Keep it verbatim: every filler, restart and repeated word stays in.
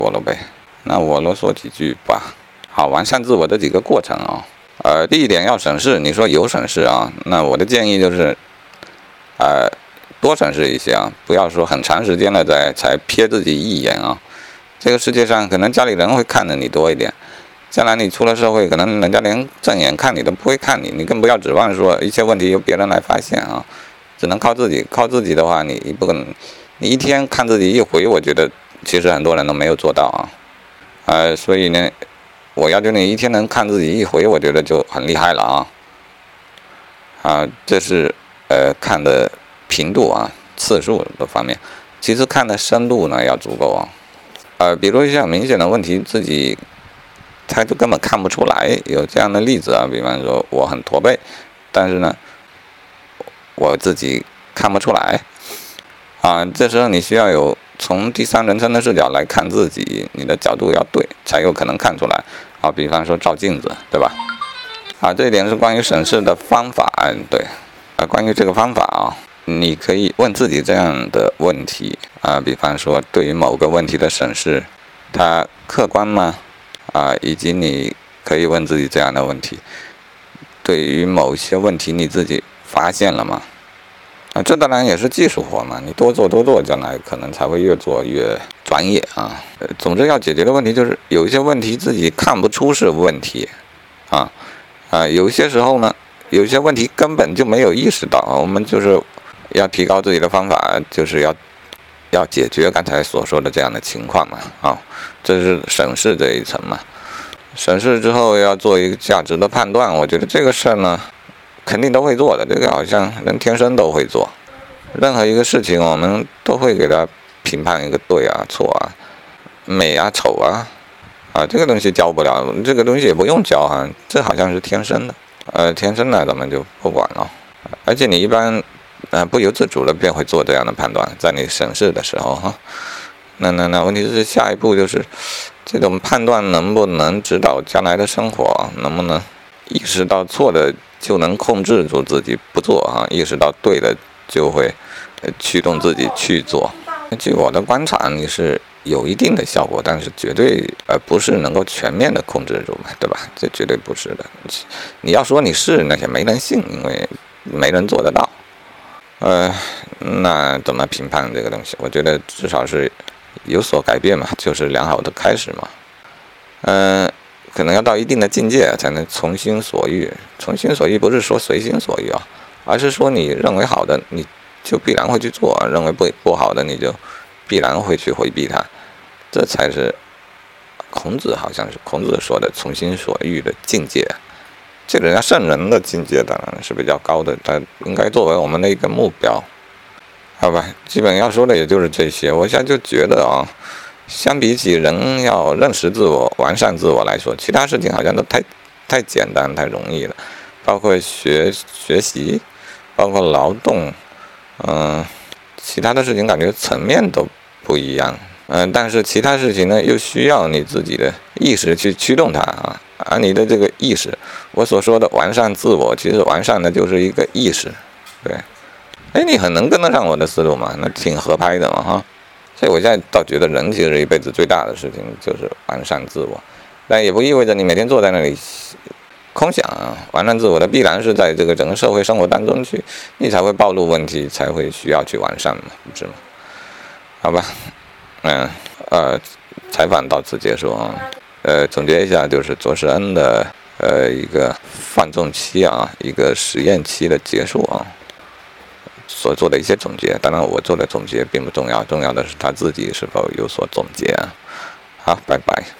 我了呗。那我啰嗦几句吧。好，完善自我的几个过程啊。呃，第一点要审视，你说有审视啊，那我的建议就是，呃，多审视一些啊，不要说很长时间了再才瞥自己一眼啊。这个世界上可能家里人会看着你多一点，将来你出了社会，可能人家连正眼看你都不会看你，你更不要指望说一切问题由别人来发现啊，只能靠自己。靠自己的话，你不可能，你一天看自己一回，我觉得其实很多人都没有做到啊。呃，所以呢，我要求你一天能看自己一回，我觉得就很厉害了啊。啊，这是呃看的频度啊、次数的方面，其实看的深度呢要足够啊。呃，比如一些很明显的问题，自己他都根本看不出来，有这样的例子啊。比方说，我很驼背，但是呢，我自己看不出来啊。这时候你需要有从第三人称的视角来看自己，你的角度要对，才有可能看出来啊。比方说照镜子，对吧？啊，这一点是关于审视的方法，对。啊，关于这个方法啊，你可以问自己这样的问题啊，比方说对于某个问题的审视，它客观吗？啊，以及你可以问自己这样的问题：对于某些问题你自己发现了吗？啊，这当然也是技术活嘛，你多做多做，将来可能才会越做越专业啊。呃，总之要解决的问题就是有一些问题自己看不出是问题啊啊，有些时候呢，有些问题根本就没有意识到，我们就是要提高自己的方法，就是要要解决刚才所说的这样的情况嘛啊，这是审视这一层嘛。审视之后要做一个价值的判断，我觉得这个事儿呢，肯定都会做的，这个好像人天生都会做。任何一个事情，我们都会给它评判一个对啊、错啊、美啊、丑啊，啊，这个东西教不了，这个东西也不用教啊，这好像是天生的。呃，天生的咱们就不管了。而且你一般，呃，不由自主的便会做这样的判断，在你审视的时候哈。那那那问题是下一步就是，这种判断能不能指导将来的生活？能不能意识到错的就能控制住自己不做啊？意识到对的就会呃驱动自己去做。据我的观察，你是有一定的效果，但是绝对呃不是能够全面的控制住嘛，对吧？这绝对不是的。你要说你是，那些没人信，因为没人做得到。呃，那怎么评判这个东西？我觉得至少是有所改变嘛，就是良好的开始嘛。嗯、呃，可能要到一定的境界才能从心所欲。从心所欲不是说随心所欲啊，而是说你认为好的，你就必然会去做；认为不不好的，你就必然会去回避它。这才是孔子好像是孔子说的从心所欲的境界。这人家圣人的境界当然是比较高的，他应该作为我们的一个目标。好吧，基本要说的也就是这些。我现在就觉得啊，相比起人要认识自我、完善自我来说，其他事情好像都太太简单、太容易了。包括学学习，包括劳动，嗯、呃，其他的事情感觉层面都不一样。嗯、呃，但是其他事情呢，又需要你自己的意识去驱动它啊。而你的这个意识，我所说的完善自我，其实完善的就是一个意识，对。哎，你很能跟得上我的思路嘛？那挺合拍的嘛，哈。所以我现在倒觉得，人其实一辈子最大的事情就是完善自我，但也不意味着你每天坐在那里空想啊。完善自我的必然是在这个整个社会生活当中去，你才会暴露问题，才会需要去完善嘛，不是吗？好吧，嗯呃，采访到此结束啊。呃，总结一下，就是卓世恩的呃一个放纵期啊，一个实验期的结束啊，所做的一些总结。当然，我做的总结并不重要，重要的是他自己是否有所总结啊。好，拜拜。